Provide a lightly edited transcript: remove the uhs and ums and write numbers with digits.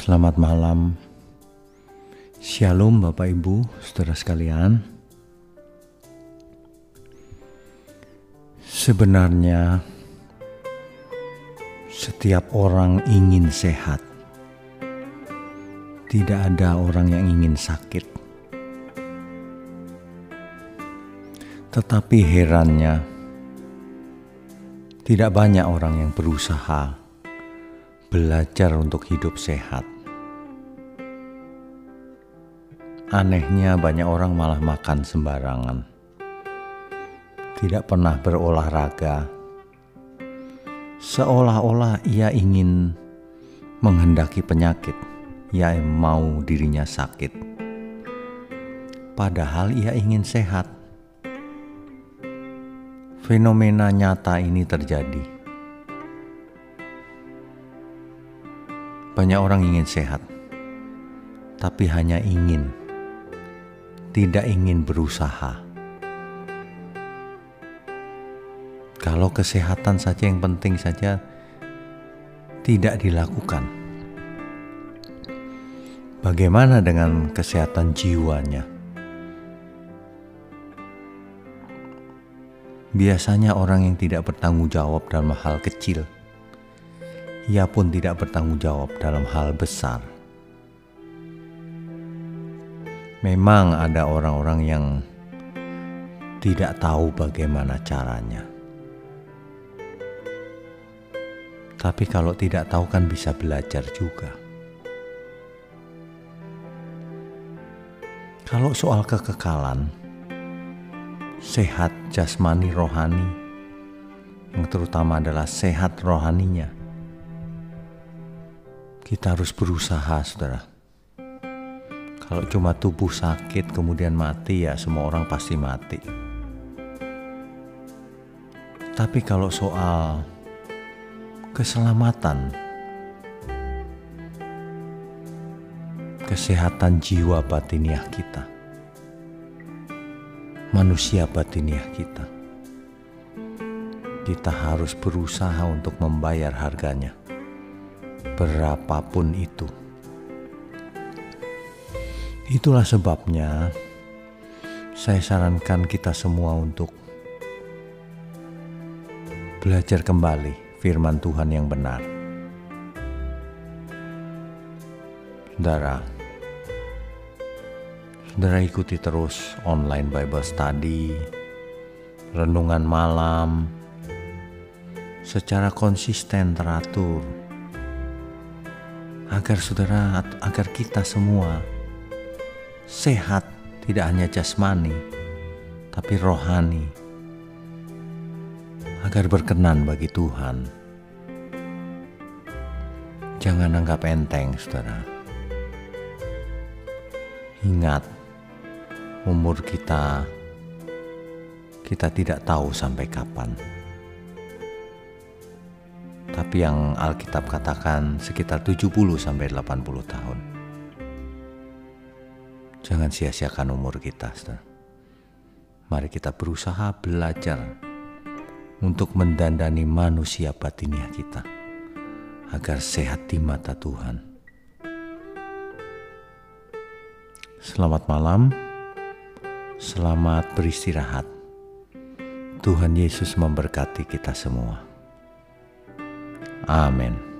Selamat malam, Shalom Bapak Ibu, saudara sekalian. Sebenarnya setiap orang ingin sehat. Tidak ada orang yang ingin sakit. Tetapi herannya, tidak banyak orang yang berusaha belajar untuk hidup sehat. Anehnya banyak orang malah makan sembarangan. Tidak pernah berolahraga. Seolah-olah ia ingin menghendaki penyakit. Ia mau dirinya sakit. Padahal ia ingin sehat. Fenomena nyata ini terjadi. Banyak orang ingin sehat, tapi hanya ingin, tidak ingin berusaha. Kalau kesehatan saja yang penting saja tidak dilakukan. Bagaimana dengan kesehatan jiwanya? Biasanya orang yang tidak bertanggung jawab dalam hal kecil, ia pun tidak bertanggung jawab dalam hal besar. Memang ada orang-orang yang tidak tahu bagaimana caranya. Tapi kalau tidak tahu kan bisa belajar juga. Kalau soal kekekalan, sehat jasmani rohani, yang terutama adalah sehat rohaninya, kita harus berusaha, saudara. Kalau cuma tubuh sakit kemudian mati, ya semua orang pasti mati. Tapi kalau soal keselamatan, kesehatan jiwa batiniah kita, manusia batiniah kita harus berusaha untuk membayar harganya. Berapapun itu. Itulah sebabnya saya sarankan kita semua untuk belajar kembali firman Tuhan yang benar. Saudara ikuti terus online Bible study, renungan malam, secara konsisten teratur. Agar kita semua sehat, tidak hanya jasmani, tapi rohani, agar berkenan bagi Tuhan. Jangan anggap enteng, saudara. Ingat, umur kita tidak tahu sampai kapan. Tapi yang Alkitab katakan sekitar 70-80 tahun. Jangan sia-siakan umur kita, saudara. Mari kita berusaha belajar untuk mendandani manusia batiniah kita, agar sehat di mata Tuhan. Selamat malam, selamat beristirahat. Tuhan Yesus memberkati kita semua. Amin.